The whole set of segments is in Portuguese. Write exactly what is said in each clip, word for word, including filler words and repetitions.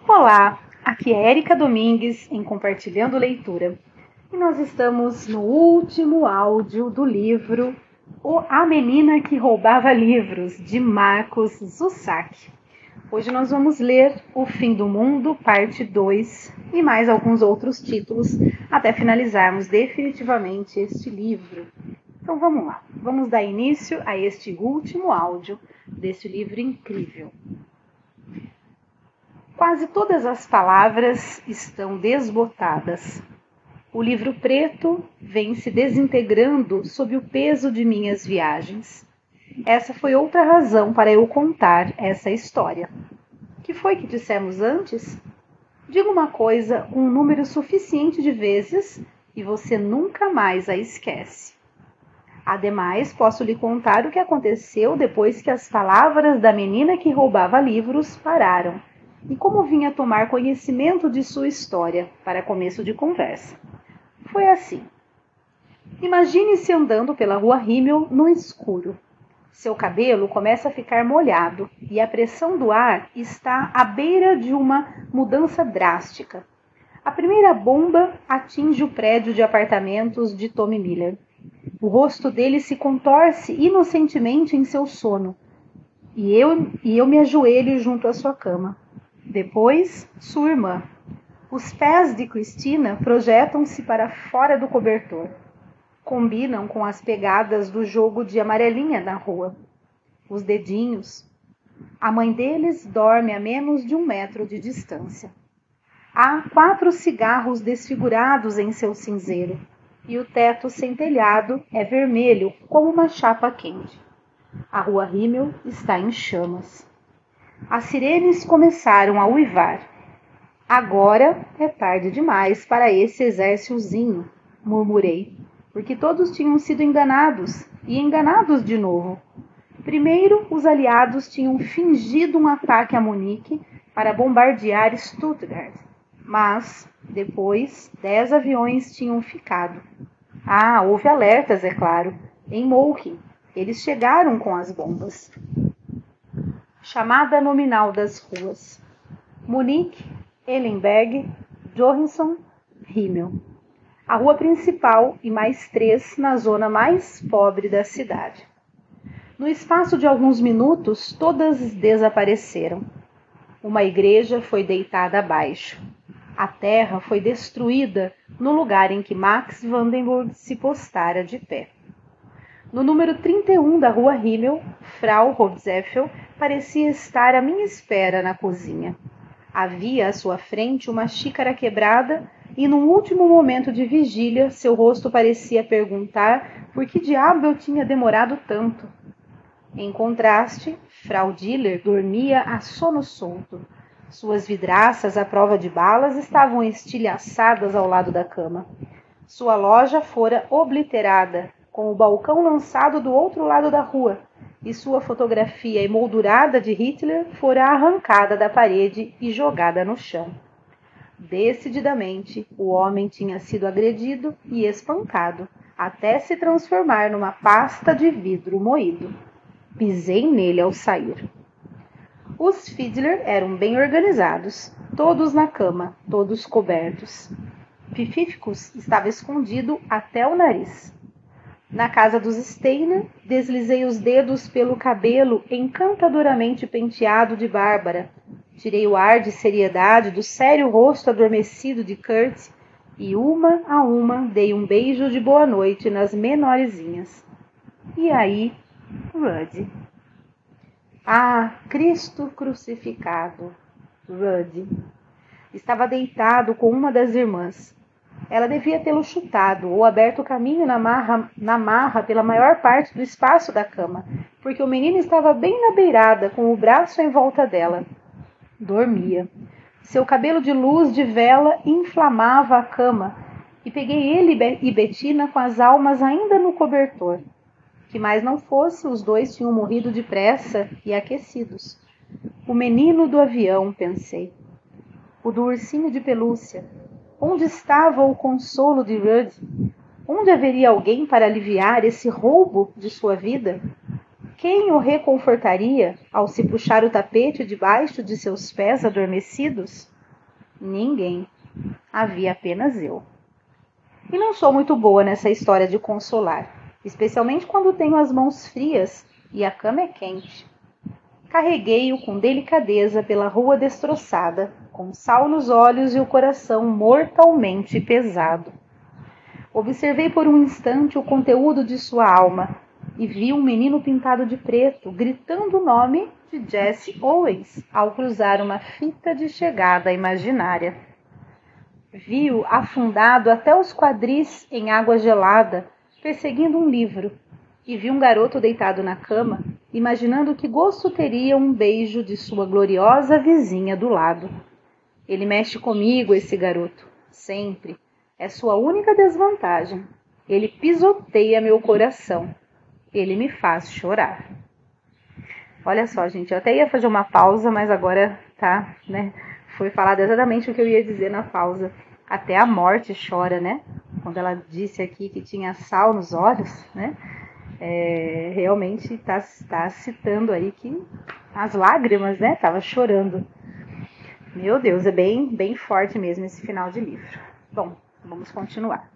Olá, aqui é Érica Domingues em Compartilhando Leitura e nós estamos no último áudio do livro O A Menina que Roubava Livros, de Marcos Zusak. Hoje nós vamos ler O Fim do Mundo, parte dois e mais alguns outros títulos até finalizarmos definitivamente este livro. Então vamos lá, vamos dar início a este último áudio deste livro incrível. Quase todas as palavras estão desbotadas. O livro preto vem se desintegrando sob o peso de minhas viagens. Essa foi outra razão para eu contar essa história. Que foi que dissemos antes? Diga uma coisa um número suficiente de vezes e você nunca mais a esquece. Ademais, posso lhe contar o que aconteceu depois que as palavras da menina que roubava livros pararam. E como vinha tomar conhecimento de sua história, para começo de conversa. Foi assim. Imagine-se andando pela rua Rimmel no escuro. Seu cabelo começa a ficar molhado e a pressão do ar está à beira de uma mudança drástica. A primeira bomba atinge o prédio de apartamentos de Tommy Miller. O rosto dele se contorce inocentemente em seu sono e eu, e eu me ajoelho junto à sua cama. Depois, sua irmã. Os pés de Cristina projetam-se para fora do cobertor. Combinam com as pegadas do jogo de amarelinha na rua. Os dedinhos. A mãe deles dorme a menos de um metro de distância. Há quatro cigarros desfigurados em seu cinzeiro. E o teto sem telhado é vermelho como uma chapa quente. A rua Rimmel está em chamas. As sirenes começaram a uivar. Agora é tarde demais para esse exércitozinho, murmurei, porque todos tinham sido enganados, e enganados de novo. Primeiro, os aliados tinham fingido um ataque a Munique para bombardear Stuttgart, mas, depois, dez aviões tinham ficado. Ah, houve alertas, é claro, em Moulkin. Eles chegaram com as bombas. Chamada nominal das ruas. Munique, Ellenberg, Johansson, Rimmel. A rua principal e mais três na zona mais pobre da cidade. No espaço de alguns minutos, todas desapareceram. Uma igreja foi deitada abaixo. A terra foi destruída no lugar em que Max Vandenburg se postara de pé. No número trinta e um da rua Rimmel, Frau Hobzeffel parecia estar à minha espera na cozinha. Havia à sua frente uma xícara quebrada e, num último momento de vigília, seu rosto parecia perguntar por que diabo eu tinha demorado tanto. Em contraste, Frau Diller dormia a sono solto. Suas vidraças à prova de balas estavam estilhaçadas ao lado da cama. Sua loja fora obliterada, com o balcão lançado do outro lado da rua, e sua fotografia emoldurada de Hitler fora arrancada da parede e jogada no chão. Decididamente, o homem tinha sido agredido e espancado, até se transformar numa pasta de vidro moído. Pisei nele ao sair. Os Fiedler eram bem organizados, todos na cama, todos cobertos. Pifíficos estava escondido até o nariz. Na casa dos Steiner, deslizei os dedos pelo cabelo encantadoramente penteado de Bárbara. Tirei o ar de seriedade do sério rosto adormecido de Kurt e, uma a uma, dei um beijo de boa noite nas menorzinhas. E aí, Rudd. Ah, Cristo crucificado! Rudd. Estava deitado com uma das irmãs. Ela devia tê-lo chutado ou aberto o caminho na marra, na marra pela maior parte do espaço da cama, porque o menino estava bem na beirada, com o braço em volta dela. Dormia. Seu cabelo de luz de vela inflamava a cama, e peguei ele e Bettina com as almas ainda no cobertor. Que mais não fosse, os dois tinham morrido depressa e aquecidos. O menino do avião, pensei. O do ursinho de pelúcia. Onde estava o consolo de Rudd? Onde haveria alguém para aliviar esse roubo de sua vida? Quem o reconfortaria ao se puxar o tapete debaixo de seus pés adormecidos? Ninguém. Havia apenas eu. E não sou muito boa nessa história de consolar, especialmente quando tenho as mãos frias e a cama é quente. Carreguei-o com delicadeza pela rua destroçada, com sal nos olhos e o coração mortalmente pesado. Observei por um instante o conteúdo de sua alma e vi um menino pintado de preto, gritando o nome de Jesse Owens ao cruzar uma fita de chegada imaginária. Vi-o afundado até os quadris em água gelada, perseguindo um livro, e vi um garoto deitado na cama, imaginando que gosto teria um beijo de sua gloriosa vizinha do lado. Ele mexe comigo, esse garoto, sempre. É sua única desvantagem. Ele pisoteia meu coração. Ele me faz chorar. Olha só, gente, eu até ia fazer uma pausa, mas agora tá, né? Foi falado exatamente o que eu ia dizer na pausa. Até a morte chora, né? Quando ela disse aqui que tinha sal nos olhos, né? É, realmente está tá citando aí que as lágrimas, né? Tava chorando. Meu Deus, é bem, bem forte mesmo esse final de livro. Bom, vamos continuar.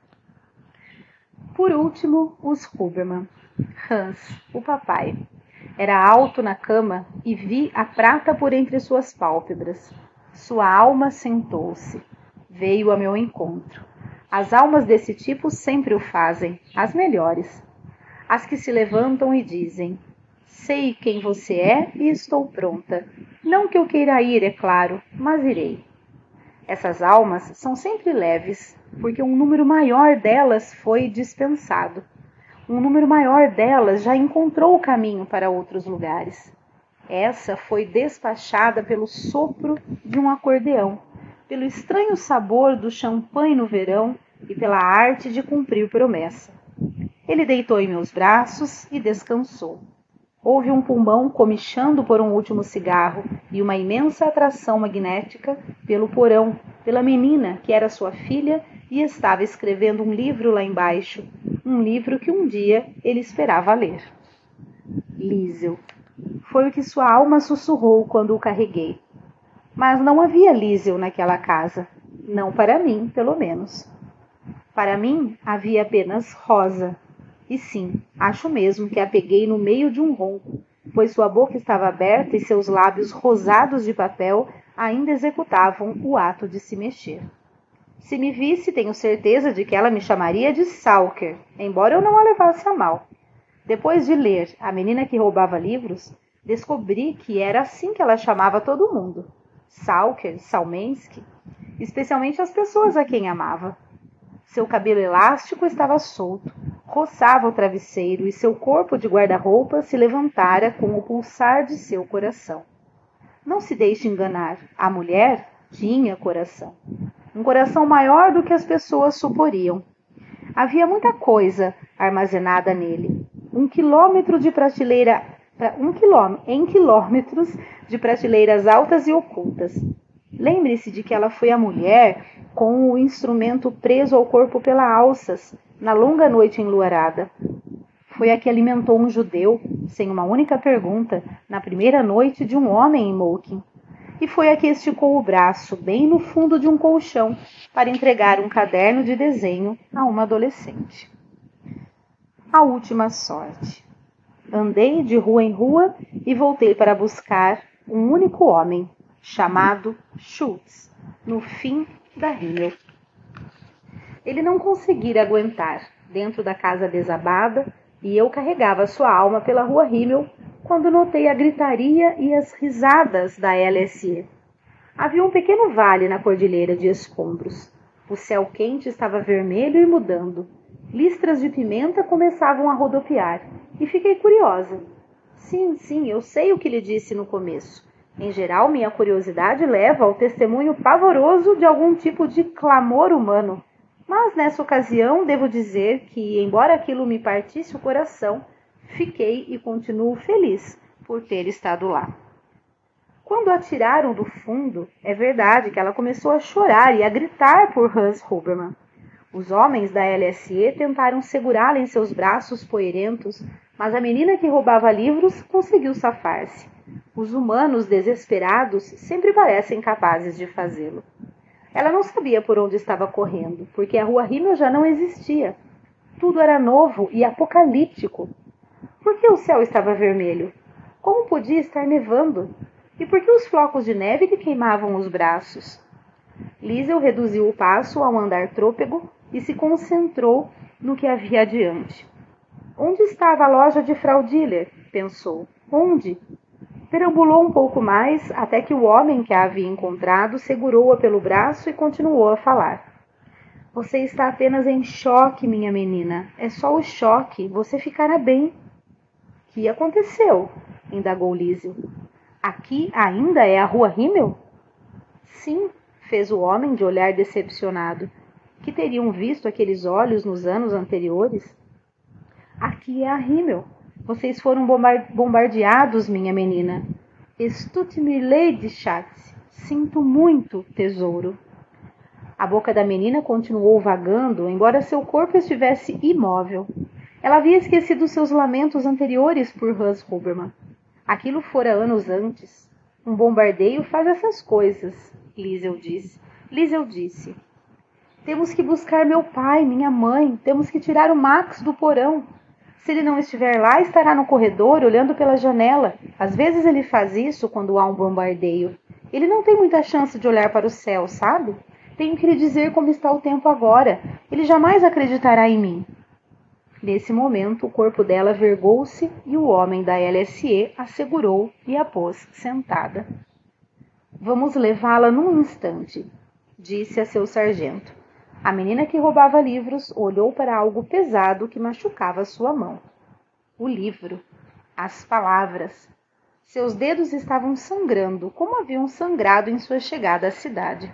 Por último, os Huberman. Hans, o papai. Era alto na cama e vi a prata por entre suas pálpebras. Sua alma sentou-se. Veio a meu encontro. As almas desse tipo sempre o fazem, as melhores. As que se levantam e dizem: sei quem você é e estou pronta. Não que eu queira ir, é claro, mas irei. Essas almas são sempre leves, porque um número maior delas foi dispensado. Um número maior delas já encontrou o caminho para outros lugares. Essa foi despachada pelo sopro de um acordeão, pelo estranho sabor do champanhe no verão e pela arte de cumprir promessa. Ele deitou em meus braços e descansou. Houve um pulmão comichando por um último cigarro e uma imensa atração magnética pelo porão, pela menina que era sua filha e estava escrevendo um livro lá embaixo, um livro que um dia ele esperava ler. Liesel. Foi o que sua alma sussurrou quando o carreguei. Mas não havia Liesel naquela casa, não para mim, pelo menos. Para mim havia apenas Rosa. E sim, acho mesmo que a peguei no meio de um ronco, pois sua boca estava aberta e seus lábios rosados de papel ainda executavam o ato de se mexer. Se me visse, tenho certeza de que ela me chamaria de Salker, embora eu não a levasse a mal. Depois de ler A Menina que Roubava Livros, descobri que era assim que ela chamava todo mundo. Salker, Salmensky, especialmente as pessoas a quem amava. Seu cabelo elástico estava solto, roçava o travesseiro e seu corpo de guarda-roupa se levantara com o pulsar de seu coração. Não se deixe enganar, a mulher tinha coração. Um coração maior do que as pessoas suporiam. Havia muita coisa armazenada nele. Um quilômetro de prateleira, um quilômetro, em quilômetros de prateleiras altas e ocultas. Lembre-se de que ela foi a mulher com o instrumento preso ao corpo pela alças, na longa noite enluarada. Foi a que alimentou um judeu, sem uma única pergunta, na primeira noite de um homem em Moquin. E foi a que esticou o braço bem no fundo de um colchão para entregar um caderno de desenho a uma adolescente. A última sorte. Andei de rua em rua e voltei para buscar um único homem, chamado Schultz, no fim da Himmel. Ele não conseguira aguentar dentro da casa desabada e eu carregava sua alma pela rua Himmel quando notei a gritaria e as risadas da L S E. Havia um pequeno vale na cordilheira de escombros. O céu quente estava vermelho e mudando. Listras de pimenta começavam a rodopiar e fiquei curiosa. Sim, sim, eu sei o que lhe disse no começo. Em geral, minha curiosidade leva ao testemunho pavoroso de algum tipo de clamor humano. Mas nessa ocasião devo dizer que, embora aquilo me partisse o coração, fiquei e continuo feliz por ter estado lá. Quando a tiraram do fundo, é verdade que ela começou a chorar e a gritar por Hans Huberman. Os homens da L S E tentaram segurá-la em seus braços poeirentos, mas a menina que roubava livros conseguiu safar-se. Os humanos desesperados sempre parecem capazes de fazê-lo. Ela não sabia por onde estava correndo, porque a rua Rímel já não existia. Tudo era novo e apocalíptico. Por que o céu estava vermelho? Como podia estar nevando? E por que os flocos de neve lhe queimavam os braços? Liesel reduziu o passo a um andar trôpego e se concentrou no que havia adiante. Onde estava a loja de Frau Diller? Pensou. Onde? Perambulou um pouco mais até que o homem que a havia encontrado segurou-a pelo braço e continuou a falar. Você está apenas em choque, minha menina. É só o choque. Você ficará bem. Que aconteceu? Indagou Liesel. Aqui ainda é a rua Rímel? Sim, fez o homem de olhar decepcionado. Que teriam visto aqueles olhos nos anos anteriores? Aqui é a Rímel. Vocês foram bombardeados, minha menina. Es tut mir leid, Schatz. Sinto muito, tesouro. A boca da menina continuou vagando, embora seu corpo estivesse imóvel. Ela havia esquecido seus lamentos anteriores por Hans Huberman. Aquilo fora anos antes. Um bombardeio faz essas coisas, Liesel disse. Liesel disse. Temos que buscar meu pai, minha mãe. Temos que tirar o Max do porão. Se ele não estiver lá, estará no corredor, olhando pela janela. Às vezes ele faz isso quando há um bombardeio. Ele não tem muita chance de olhar para o céu, sabe? Tenho que lhe dizer como está o tempo agora. Ele jamais acreditará em mim. Nesse momento, o corpo dela vergou-se e o homem da L S E a segurou e a pôs sentada. Vamos levá-la num instante, disse a seu sargento. A menina que roubava livros olhou para algo pesado que machucava sua mão. O livro. As palavras. Seus dedos estavam sangrando, como haviam sangrado em sua chegada à cidade.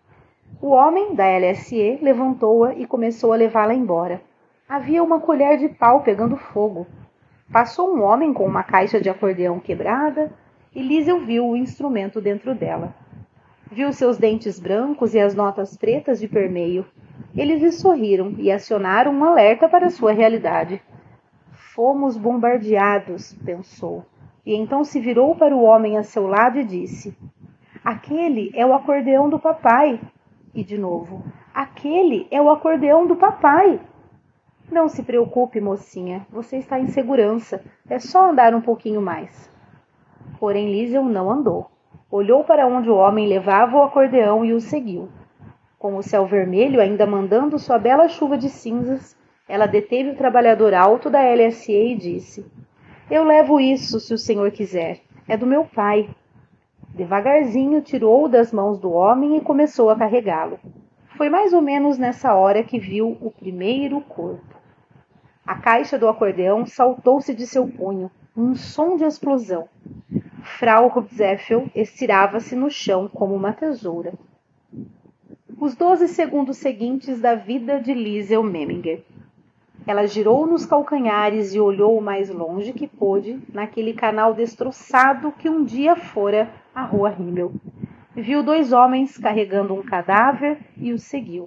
O homem da L S E levantou-a e começou a levá-la embora. Havia uma colher de pau pegando fogo. Passou um homem com uma caixa de acordeão quebrada e Liesel viu o instrumento dentro dela. Viu seus dentes brancos e as notas pretas de permeio. Eles lhe sorriram e acionaram um alerta para sua realidade. Fomos bombardeados, pensou, e então se virou para o homem a seu lado e disse: Aquele é o acordeão do papai. E de novo: Aquele é o acordeão do papai. Não se preocupe, mocinha, você está em segurança, é só andar um pouquinho mais. Porém, Liesel não andou. Olhou para onde o homem levava o acordeão e o seguiu. Com o céu vermelho ainda mandando sua bela chuva de cinzas, ela deteve o trabalhador alto da L S E e disse: Eu levo isso, se o senhor quiser. É do meu pai. Devagarzinho tirou-o das mãos do homem e começou a carregá-lo. Foi mais ou menos nessa hora que viu o primeiro corpo. A caixa do acordeão saltou-se de seu punho, um som de explosão. Frau Hupfzeffel estirava-se no chão como uma tesoura. Os doze segundos seguintes da vida de Liesel Memminger. Ela girou nos calcanhares e olhou o mais longe que pôde naquele canal destroçado que um dia fora a rua Rímel. Viu dois homens carregando um cadáver e os seguiu.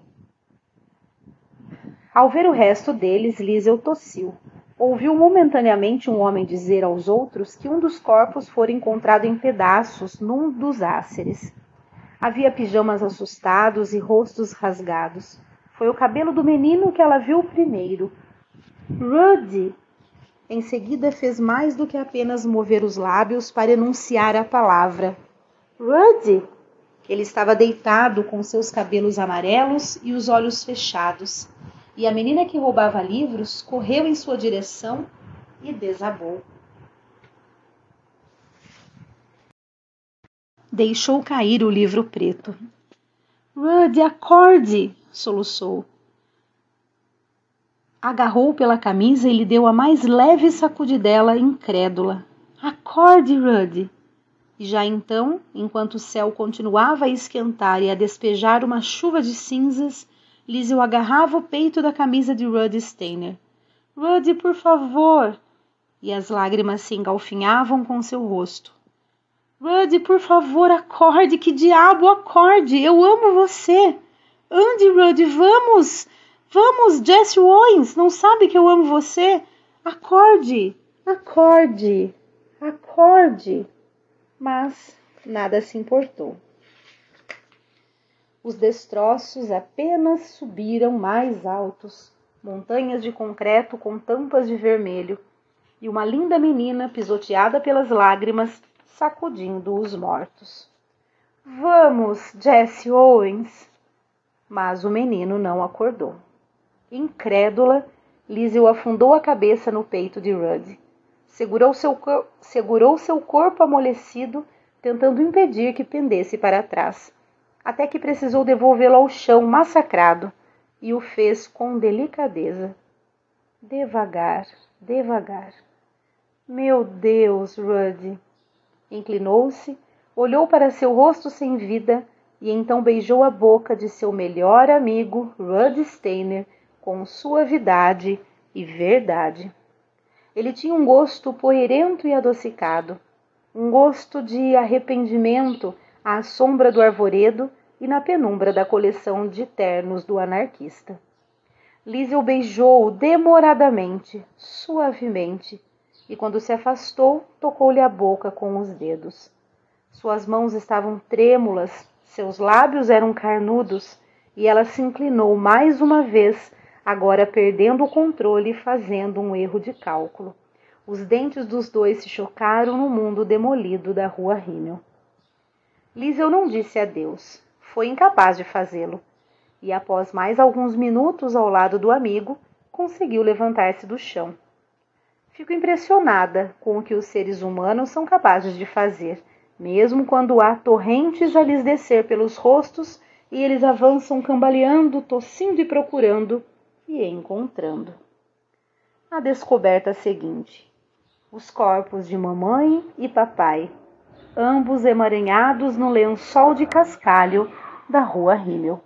Ao ver o resto deles, Liesel tossiu. Ouviu momentaneamente um homem dizer aos outros que um dos corpos fora encontrado em pedaços num dos áceres. Havia pijamas assustados e rostos rasgados. Foi o cabelo do menino que ela viu primeiro. Rudy! Em seguida fez mais do que apenas mover os lábios para enunciar a palavra. Rudy! Ele estava deitado com seus cabelos amarelos e os olhos fechados. E a menina que roubava livros correu em sua direção e desabou. Deixou cair o livro preto. Rudy, acorde! Soluçou. Agarrou pela camisa e lhe deu a mais leve sacudidela incrédula. Acorde, Rudy! E já então, enquanto o céu continuava a esquentar e a despejar uma chuva de cinzas, Liesel agarrava o peito da camisa de Rudy Steiner. Rudy, por favor! E as lágrimas se engalfinhavam com seu rosto. Rudy, por favor, acorde! Que diabo, acorde! Eu amo você! Ande, Rudy, vamos! Vamos, Jesse Owens! Não sabe que eu amo você? Acorde! Acorde! Acorde! Mas nada se importou. Os destroços apenas subiram mais altos, montanhas de concreto com tampas de vermelho, e uma linda menina pisoteada pelas lágrimas, sacudindo os mortos. Vamos, Jesse Owens! Mas o menino não acordou. Incrédula, Liesl afundou a cabeça no peito de Rudd. Segurou seu, cor- segurou seu corpo amolecido, tentando impedir que pendesse para trás, até que precisou devolvê-lo ao chão massacrado, e o fez com delicadeza. Devagar, devagar. Meu Deus, Rudd! Inclinou-se, olhou para seu rosto sem vida e então beijou a boca de seu melhor amigo, Rudd Steiner, com suavidade e verdade. Ele tinha um gosto poeirento e adocicado, um gosto de arrependimento à sombra do arvoredo e na penumbra da coleção de ternos do anarquista. Liesl beijou-o demoradamente, suavemente, e quando se afastou, tocou-lhe a boca com os dedos. Suas mãos estavam trêmulas, seus lábios eram carnudos, e ela se inclinou mais uma vez, agora perdendo o controle e fazendo um erro de cálculo. Os dentes dos dois se chocaram no mundo demolido da rua Rímel. Liesl não disse adeus. Foi incapaz de fazê-lo. E após mais alguns minutos ao lado do amigo, conseguiu levantar-se do chão. Fico impressionada com o que os seres humanos são capazes de fazer, mesmo quando há torrentes a lhes descer pelos rostos e eles avançam cambaleando, tossindo e procurando e encontrando. A descoberta seguinte: os corpos de mamãe e papai, ambos emaranhados no lençol de cascalho da rua Rímel.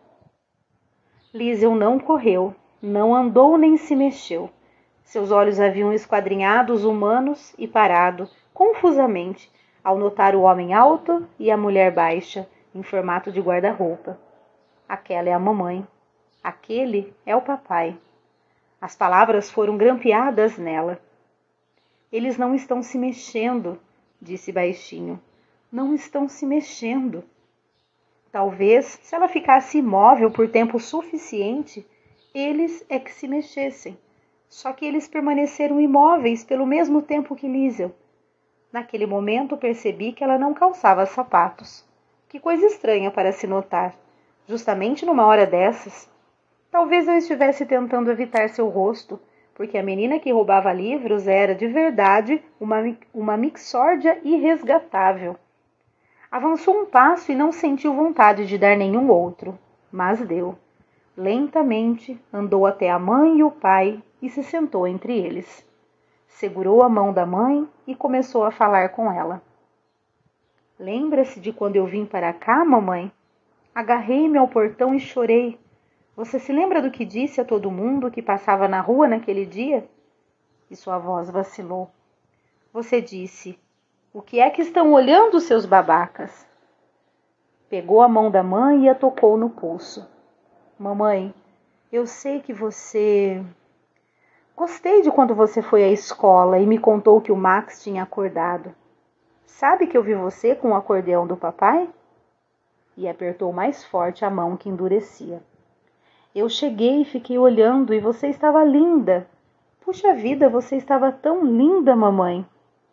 Liesl não correu, não andou nem se mexeu. Seus olhos haviam esquadrinhado os humanos e parado, confusamente, ao notar o homem alto e a mulher baixa, em formato de guarda-roupa. Aquela é a mamãe. Aquele é o papai. As palavras foram grampeadas nela. Eles não estão se mexendo, disse baixinho. Não estão se mexendo. Talvez, se ela ficasse imóvel por tempo suficiente, eles é que se mexessem. Só que eles permaneceram imóveis pelo mesmo tempo que Liesl. Naquele momento percebi que ela não calçava sapatos. Que coisa estranha para se notar, justamente numa hora dessas. Talvez eu estivesse tentando evitar seu rosto, porque a menina que roubava livros era, de verdade, uma, uma mixórdia irresgatável. Avançou um passo e não sentiu vontade de dar nenhum outro, mas deu. Lentamente andou até a mãe e o pai e se sentou entre eles. Segurou a mão da mãe e começou a falar com ela. Lembra-se de quando eu vim para cá, mamãe? Agarrei-me ao portão e chorei. Você se lembra do que disse a todo mundo que passava na rua naquele dia? E sua voz vacilou. Você disse: o que é que estão olhando seus babacas? Pegou a mão da mãe e a tocou no pulso. Mamãe, eu sei que você... Gostei de quando você foi à escola e me contou que o Max tinha acordado. Sabe que eu vi você com o acordeão do papai? E apertou mais forte a mão que endurecia. Eu cheguei e fiquei olhando e você estava linda. Puxa vida, você estava tão linda, mamãe.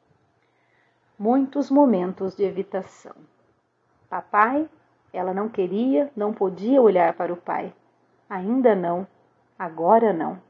Muitos momentos de evitação. Papai, ela não queria, não podia olhar para o pai. Ainda não, agora não.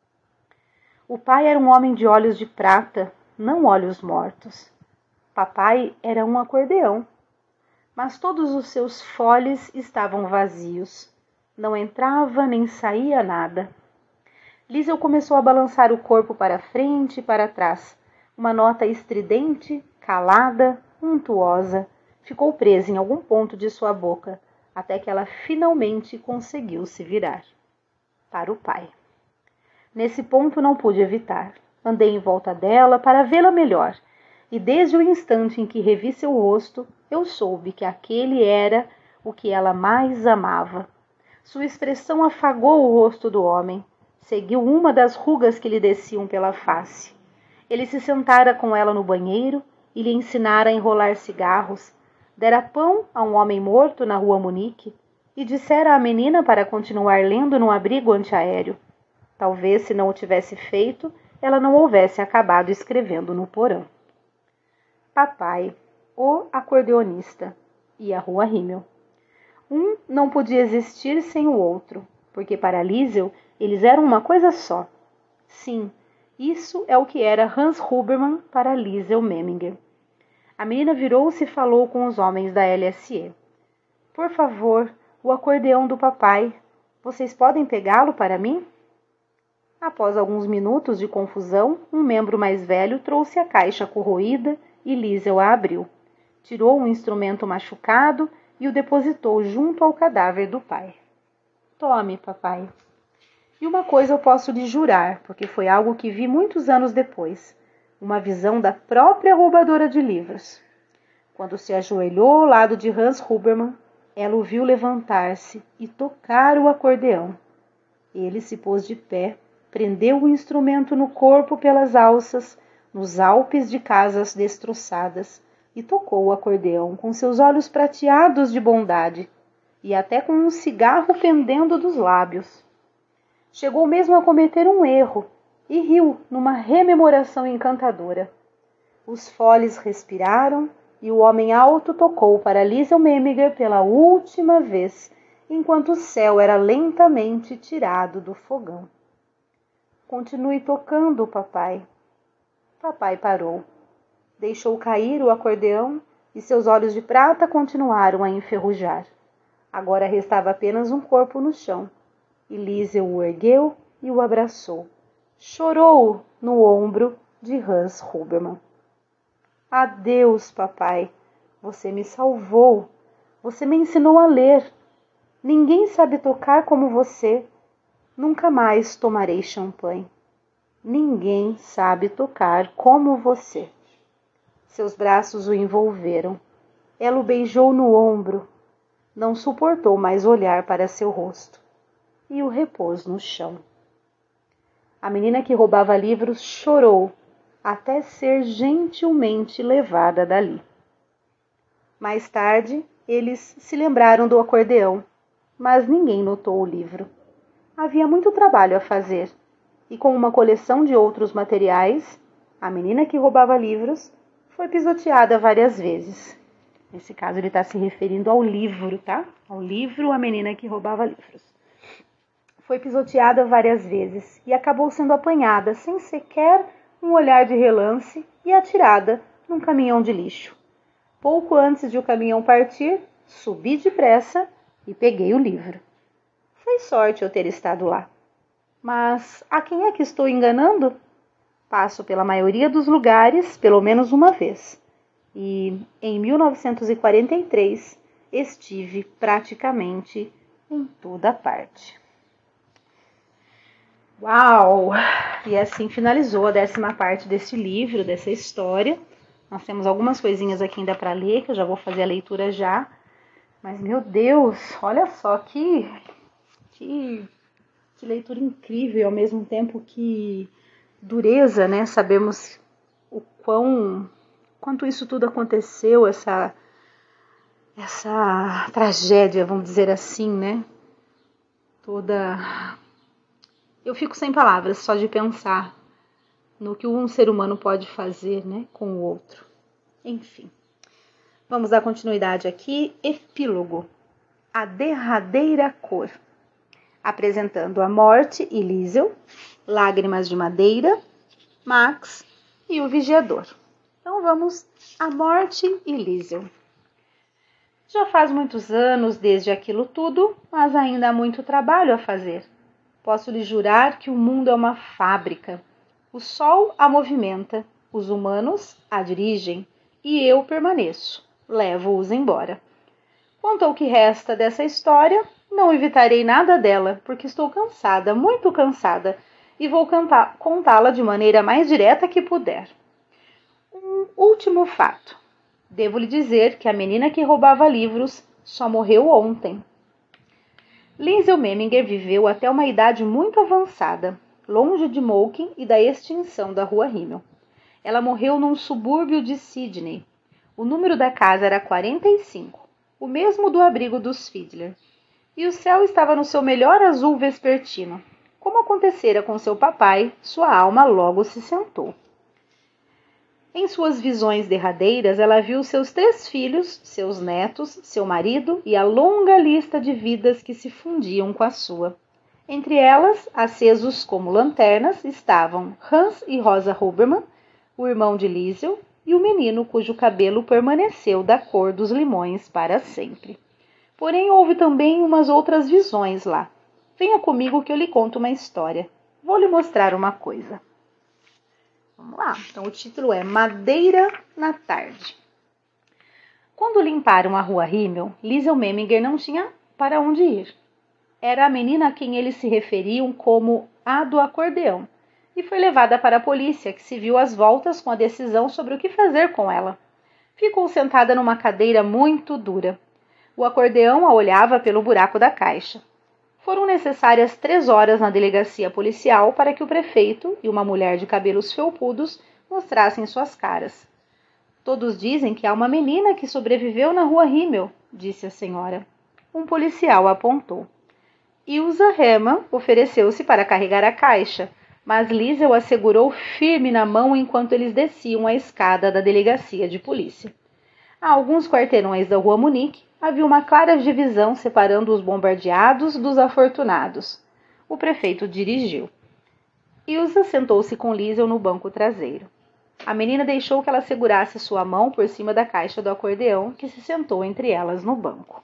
O pai era um homem de olhos de prata, não olhos mortos. Papai era um acordeão, mas todos os seus foles estavam vazios. Não entrava nem saía nada. Liesl começou a balançar o corpo para frente e para trás. Uma nota estridente, calada, untuosa, ficou presa em algum ponto de sua boca, até que ela finalmente conseguiu se virar. Para o pai. Nesse ponto não pude evitar. Andei em volta dela para vê-la melhor, e desde o instante em que revi seu rosto, eu soube que aquele era o que ela mais amava. Sua expressão afagou o rosto do homem, seguiu uma das rugas que lhe desciam pela face. Ele se sentara com ela no banheiro e lhe ensinara a enrolar cigarros, dera pão a um homem morto na rua Munique, e dissera à menina para continuar lendo no abrigo antiaéreo. Talvez, se não o tivesse feito, ela não houvesse acabado escrevendo no porão. Papai, o acordeonista e a Rua Rímel. Um não podia existir sem o outro, porque para Liesel eles eram uma coisa só. Sim, isso é o que era Hans Huberman para Liesel Memminger. A menina virou-se e falou com os homens da L S E. Por favor, o acordeão do papai. Vocês podem pegá-lo para mim? Após alguns minutos de confusão, um membro mais velho trouxe a caixa corroída e Liesel a abriu. Tirou um instrumento machucado e o depositou junto ao cadáver do pai. Tome, papai. E uma coisa eu posso lhe jurar, porque foi algo que vi muitos anos depois, uma visão da própria roubadora de livros. Quando se ajoelhou ao lado de Hans Huberman, ela o viu levantar-se e tocar o acordeão. Ele se pôs de pé, prendeu o instrumento no corpo pelas alças, nos alpes de casas destroçadas, e tocou o acordeão com seus olhos prateados de bondade, e até com um cigarro pendendo dos lábios. Chegou mesmo a cometer um erro, e riu numa rememoração encantadora. Os foles respiraram, e o homem alto tocou para Liesel Memminger pela última vez, enquanto o céu era lentamente tirado do fogão. Continue tocando, papai. Papai parou. Deixou cair o acordeão e seus olhos de prata continuaram a enferrujar. Agora restava apenas um corpo no chão. E Liesel o ergueu e o abraçou. Chorou no ombro de Hans Huberman. Adeus, papai. Você me salvou. Você me ensinou a ler. Ninguém sabe tocar como você. Nunca mais tomarei champanhe. Ninguém sabe tocar como você. Seus braços o envolveram. Ela o beijou no ombro. Não suportou mais olhar para seu rosto. E o repôs no chão. A menina que roubava livros chorou, até ser gentilmente levada dali. Mais tarde, eles se lembraram do acordeão, mas ninguém notou o livro. Havia muito trabalho a fazer, e com uma coleção de outros materiais, a menina que roubava livros foi pisoteada várias vezes. Nesse caso, ele está se referindo ao livro, tá? Ao livro A Menina que Roubava Livros. Foi pisoteada várias vezes e acabou sendo apanhada sem sequer um olhar de relance e atirada num caminhão de lixo. Pouco antes de o caminhão partir, subi depressa e peguei o livro. Foi sorte eu ter estado lá. Mas a quem é que estou enganando? Passo pela maioria dos lugares pelo menos uma vez. E em mil novecentos e quarenta e três estive praticamente em toda parte. Uau! E assim finalizou a décima parte desse livro, dessa história. Nós temos algumas coisinhas aqui ainda para ler, que eu já vou fazer a leitura já. Mas, meu Deus, olha só que, que, que leitura incrível, ao mesmo tempo que dureza, né? Sabemos o quão, quanto isso tudo aconteceu, essa, essa tragédia, vamos dizer assim, né? Toda... Eu fico sem palavras só de pensar no que um ser humano pode fazer, né, com o outro. Enfim, vamos dar continuidade aqui. Epílogo. A derradeira cor. Apresentando a morte e Liesel, Lágrimas de Madeira, Max e o Vigiador. Então vamos a morte e Liesel. Já faz muitos anos desde aquilo tudo, mas ainda há muito trabalho a fazer. Posso lhe jurar que o mundo é uma fábrica. O sol a movimenta, os humanos a dirigem, e eu permaneço, levo-os embora. Quanto ao que resta dessa história, não evitarei nada dela, porque estou cansada, muito cansada, e vou contá-la de maneira mais direta que puder. Um último fato. Devo lhe dizer que a menina que roubava livros só morreu ontem. Liesel Memminger viveu até uma idade muito avançada, longe de Moken e da extinção da Rua Rímel. Ela morreu num subúrbio de Sydney. O número da casa era quarenta e cinco, o mesmo do abrigo dos Fiedler. E o céu estava no seu melhor azul vespertino. Como acontecera com seu papai, sua alma logo se sentou. Em suas visões derradeiras, ela viu seus três filhos, seus netos, seu marido e a longa lista de vidas que se fundiam com a sua. Entre elas, acesos como lanternas, estavam Hans e Rosa Huberman, o irmão de Liesel, e o menino cujo cabelo permaneceu da cor dos limões para sempre. Porém, houve também umas outras visões lá. Venha comigo que eu lhe conto uma história. Vou lhe mostrar uma coisa. Vamos lá. Então, o título é Madeira na Tarde. Quando limparam a rua Himmel, Liesel Memminger não tinha para onde ir. Era a menina a quem eles se referiam como a do acordeão, e foi levada para a polícia, que se viu às voltas com a decisão sobre o que fazer com ela. Ficou sentada numa cadeira muito dura. O acordeão a olhava pelo buraco da caixa. Foram necessárias três horas na delegacia policial para que o prefeito e uma mulher de cabelos felpudos mostrassem suas caras. Todos dizem que há uma menina que sobreviveu na rua Himmel, disse a senhora. Um policial apontou. Ilsa Hermann ofereceu-se para carregar a caixa, mas Liesel a segurou firme na mão enquanto eles desciam a escada da delegacia de polícia. A alguns quarteirões da rua Munique, havia uma clara divisão separando os bombardeados dos afortunados. O prefeito dirigiu. Ilsa sentou-se com Liesel no banco traseiro. A menina deixou que ela segurasse sua mão por cima da caixa do acordeão, que se sentou entre elas no banco.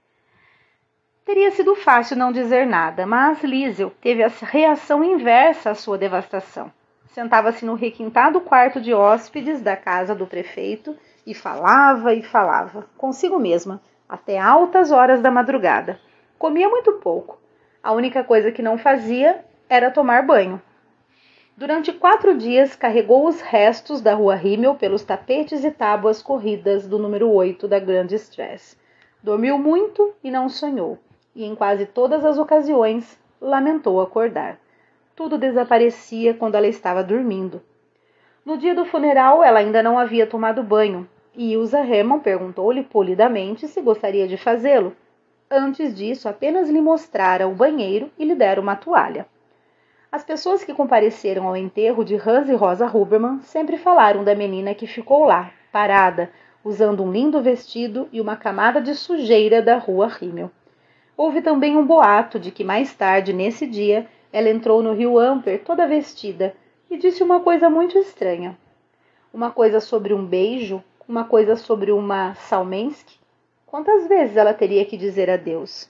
Teria sido fácil não dizer nada, mas Liesel teve a reação inversa à sua devastação. Sentava-se no requintado quarto de hóspedes da casa do prefeito e falava e falava, consigo mesma, até altas horas da madrugada. Comia muito pouco. A única coisa que não fazia era tomar banho. Durante quatro dias carregou os restos da rua Himmel pelos tapetes e tábuas corridas do número oito da Grand Stress. Dormiu muito e não sonhou, e em quase todas as ocasiões lamentou acordar. Tudo desaparecia quando ela estava dormindo. No dia do funeral, ela ainda não havia tomado banho, e Ilsa Hermann perguntou-lhe polidamente se gostaria de fazê-lo. Antes disso, apenas lhe mostrara o banheiro e lhe dera uma toalha. As pessoas que compareceram ao enterro de Hans e Rosa Huberman sempre falaram da menina que ficou lá, parada, usando um lindo vestido e uma camada de sujeira da rua Himmel. Houve também um boato de que mais tarde, nesse dia, ela entrou no rio Amper toda vestida e disse uma coisa muito estranha. Uma coisa sobre um beijo, uma coisa sobre uma Salmensky. Quantas vezes ela teria que dizer adeus?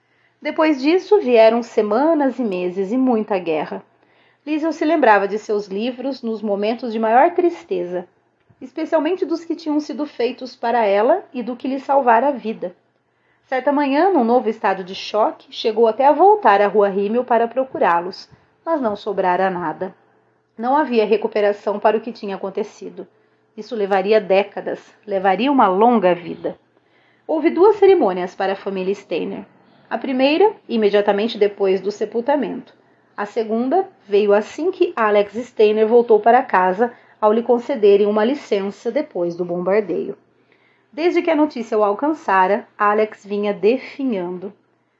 Depois disso, vieram semanas e meses e muita guerra. Liesel se lembrava de seus livros nos momentos de maior tristeza, especialmente dos que tinham sido feitos para ela e do que lhe salvara a vida. Certa manhã, num novo estado de choque, chegou até a voltar à rua Himmel para procurá-los, mas não sobrara nada. Não havia recuperação para o que tinha acontecido. Isso levaria décadas, levaria uma longa vida. Houve duas cerimônias para a família Steiner. A primeira, imediatamente depois do sepultamento. A segunda veio assim que Alex Steiner voltou para casa ao lhe concederem uma licença depois do bombardeio. Desde que a notícia o alcançara, Alex vinha definhando.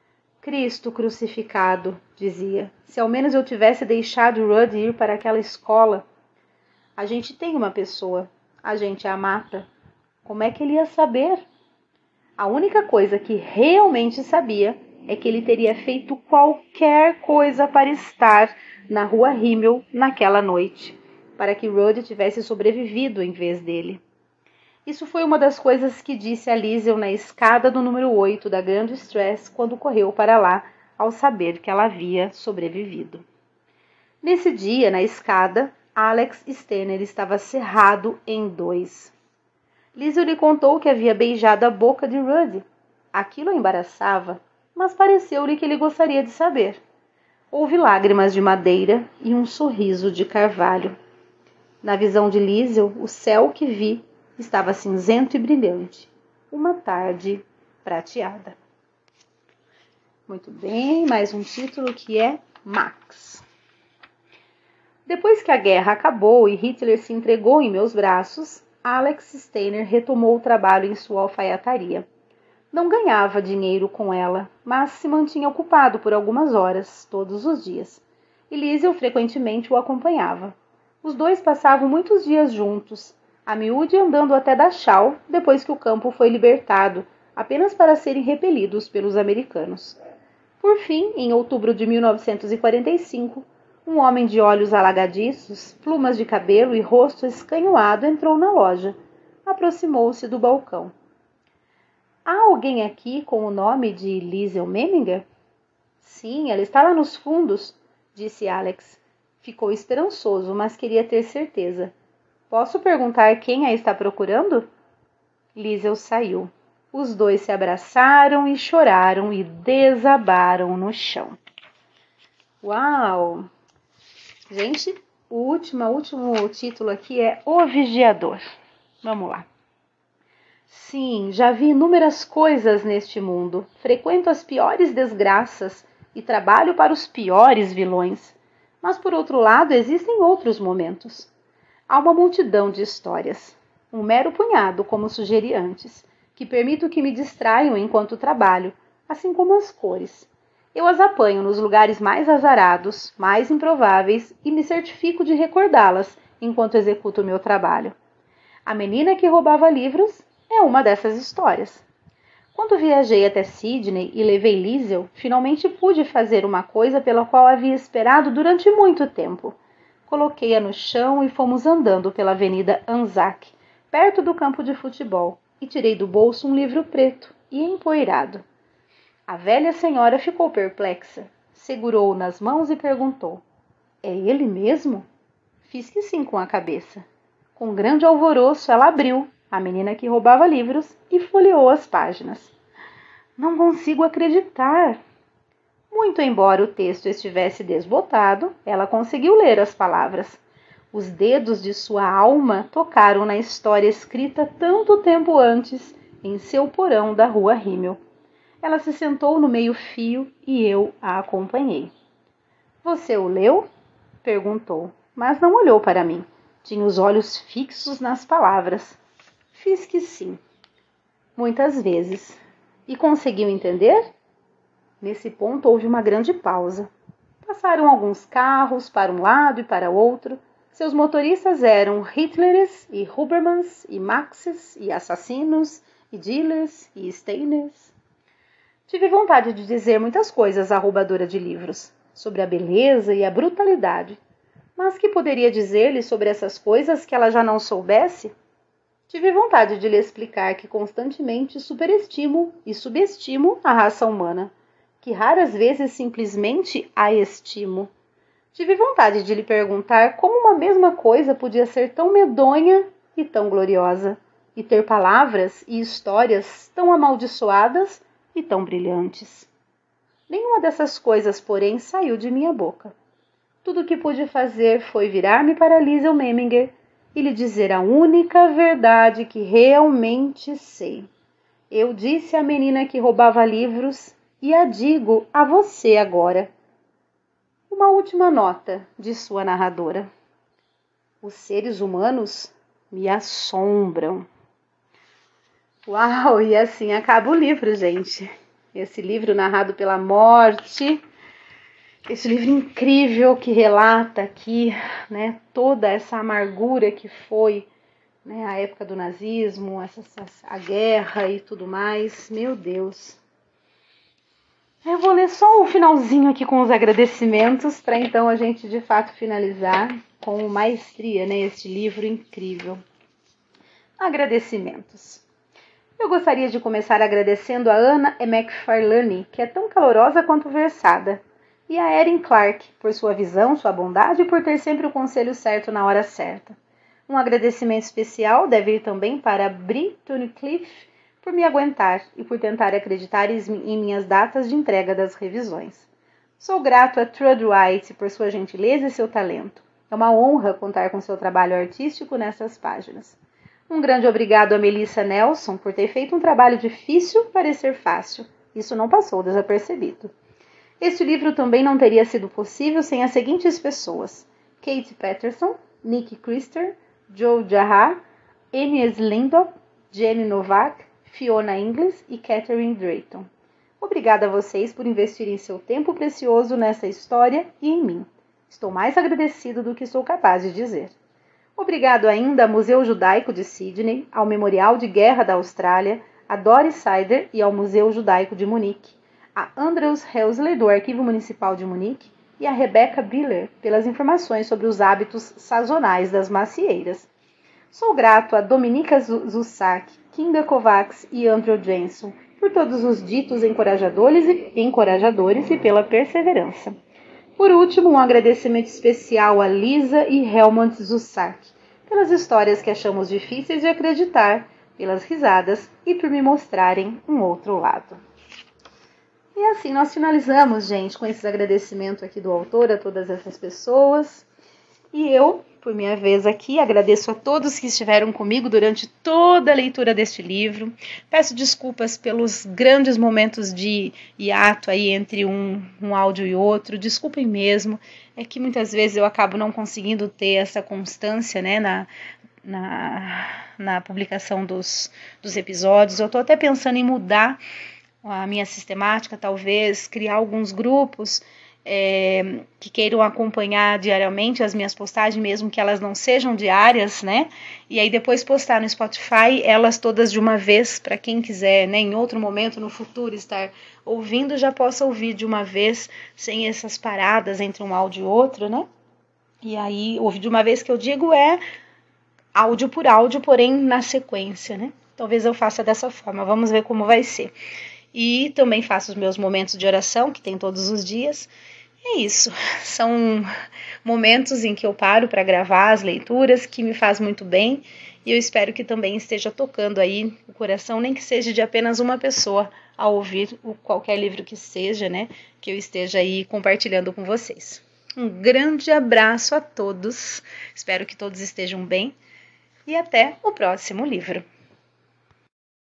Cristo crucificado, dizia, se ao menos eu tivesse deixado Rudd ir para aquela escola. A gente tem uma pessoa, a gente a mata. Como é que ele ia saber? A única coisa que realmente sabia é que ele teria feito qualquer coisa para estar na rua Himmel naquela noite, para que Rudd tivesse sobrevivido em vez dele. Isso foi uma das coisas que disse a Liesel na escada do número oito da Grand Stress quando correu para lá ao saber que ela havia sobrevivido. Nesse dia, na escada, Alex Steiner estava cerrado em dois. Liesel lhe contou que havia beijado a boca de Rudd. Aquilo a embaraçava, mas pareceu-lhe que ele gostaria de saber. Houve lágrimas de madeira e um sorriso de carvalho. Na visão de Liesel, o céu que vi estava cinzento e brilhante. Uma tarde prateada. Muito bem, mais um título que é Max. Depois que a guerra acabou e Hitler se entregou em meus braços, Alex Steiner retomou o trabalho em sua alfaiataria. Não ganhava dinheiro com ela, mas se mantinha ocupado por algumas horas, todos os dias. E Liesel frequentemente o acompanhava. Os dois passavam muitos dias juntos, a miúde andando até Dachau, depois que o campo foi libertado, apenas para serem repelidos pelos americanos. Por fim, em outubro de mil novecentos e quarenta e cinco, um homem de olhos alagadiços, plumas de cabelo e rosto escanhoado entrou na loja. Aproximou-se do balcão. Há alguém aqui com o nome de Liesel Meminger? Sim, ela está lá nos fundos, disse Alex. Ficou esperançoso, mas queria ter certeza. Posso perguntar quem a está procurando? Liesel saiu. Os dois se abraçaram e choraram e desabaram no chão. Uau! Gente, o último, o último título aqui é O Vigiador. Vamos lá. Sim, já vi inúmeras coisas neste mundo. Frequento as piores desgraças e trabalho para os piores vilões. Mas, por outro lado, existem outros momentos. Há uma multidão de histórias. Um mero punhado, como sugeri antes, que permito que me distraiam enquanto trabalho, assim como as cores. Eu as apanho nos lugares mais azarados, mais improváveis e me certifico de recordá-las enquanto executo o meu trabalho. A menina que roubava livros é uma dessas histórias. Quando viajei até Sydney e levei Liesel, finalmente pude fazer uma coisa pela qual havia esperado durante muito tempo. Coloquei-a no chão e fomos andando pela Avenida Anzac, perto do campo de futebol, e tirei do bolso um livro preto e empoeirado. A velha senhora ficou perplexa, segurou-o nas mãos e perguntou: é ele mesmo? Fiz que sim com a cabeça. Com grande alvoroço, ela abriu, a menina que roubava livros, e folheou as páginas. Não consigo acreditar. Muito embora o texto estivesse desbotado, ela conseguiu ler as palavras. Os dedos de sua alma tocaram na história escrita tanto tempo antes, em seu porão da rua Rimmel. Ela se sentou no meio-fio e eu a acompanhei. Você o leu? Perguntou, mas não olhou para mim. Tinha os olhos fixos nas palavras. Fiz que sim. Muitas vezes. E conseguiu entender? Nesse ponto houve uma grande pausa. Passaram alguns carros para um lado e para outro. Seus motoristas eram Hitlers e Hubermans e Maxes e assassinos e dealers e Steiners. Tive vontade de dizer muitas coisas à roubadora de livros, sobre a beleza e a brutalidade. Mas que poderia dizer-lhe sobre essas coisas que ela já não soubesse? Tive vontade de lhe explicar que constantemente superestimo e subestimo a raça humana, que raras vezes simplesmente a estimo. Tive vontade de lhe perguntar como uma mesma coisa podia ser tão medonha e tão gloriosa, e ter palavras e histórias tão amaldiçoadas e tão brilhantes. Nenhuma dessas coisas, porém, saiu de minha boca. Tudo o que pude fazer foi virar-me para Liesel Meminger e lhe dizer a única verdade que realmente sei. Eu disse à menina que roubava livros e a digo a você agora. Uma última nota de sua narradora. Os seres humanos me assombram. Uau, e assim acaba o livro, gente. Esse livro narrado pela morte, esse livro incrível que relata aqui, né, toda essa amargura que foi, né, a época do nazismo, essa, essa, a guerra e tudo mais. Meu Deus. Eu vou ler só o finalzinho aqui com os agradecimentos, para então a gente de fato finalizar com maestria, né, este livro incrível. Agradecimentos. Eu gostaria de começar agradecendo a Anna McFarlane, que é tão calorosa quanto versada, e a Erin Clark, por sua visão, sua bondade e por ter sempre o conselho certo na hora certa. Um agradecimento especial deve ir também para Bri Tunnicliffe, por me aguentar e por tentar acreditar em minhas datas de entrega das revisões. Sou grato a Trude White por sua gentileza e seu talento. É uma honra contar com seu trabalho artístico nessas páginas. Um grande obrigado a Melissa Nelson por ter feito um trabalho difícil parecer fácil. Isso não passou desapercebido. Este livro também não teria sido possível sem as seguintes pessoas: Kate Patterson, Nick Christer, Joe Jarrah, Ines Lindop, Jenny Novak, Fiona Ingles e Catherine Drayton. Obrigada a vocês por investirem seu tempo precioso nessa história e em mim. Estou mais agradecido do que sou capaz de dizer. Obrigado ainda ao Museu Judaico de Sydney, ao Memorial de Guerra da Austrália, a Doris Sider e ao Museu Judaico de Munique, a Andrews Helsley do Arquivo Municipal de Munique e a Rebecca Biller pelas informações sobre os hábitos sazonais das macieiras. Sou grato a Dominika Zussak, Kinga Kovacs e Andrew Jensen por todos os ditos encorajadores e, encorajadores e pela perseverança. Por último, um agradecimento especial a Lisa e Helmut Zussak pelas histórias que achamos difíceis de acreditar, pelas risadas e por me mostrarem um outro lado. E assim nós finalizamos, gente, com esses agradecimentos aqui do autor a todas essas pessoas. E eu, por minha vez aqui, agradeço a todos que estiveram comigo durante toda a leitura deste livro. Peço desculpas pelos grandes momentos de hiato aí entre um, um áudio e outro. Desculpem mesmo, é que muitas vezes eu acabo não conseguindo ter essa constância, né, na, na, na publicação dos, dos episódios. Eu estou até pensando em mudar a minha sistemática, talvez criar alguns grupos É, que queiram acompanhar diariamente as minhas postagens, mesmo que elas não sejam diárias, né? E aí depois postar no Spotify elas todas de uma vez, para quem quiser, né, em outro momento no futuro estar ouvindo, já possa ouvir de uma vez, sem essas paradas entre um áudio e outro, né? E aí, ouvir de uma vez que eu digo é áudio por áudio, porém na sequência, né? Talvez eu faça dessa forma, vamos ver como vai ser. E também faço os meus momentos de oração, que tem todos os dias. É isso, são momentos em que eu paro para gravar as leituras, que me faz muito bem, e eu espero que também esteja tocando aí o coração, nem que seja de apenas uma pessoa ao ouvir o, qualquer livro que seja, né, que eu esteja aí compartilhando com vocês. Um grande abraço a todos, espero que todos estejam bem, e até o próximo livro.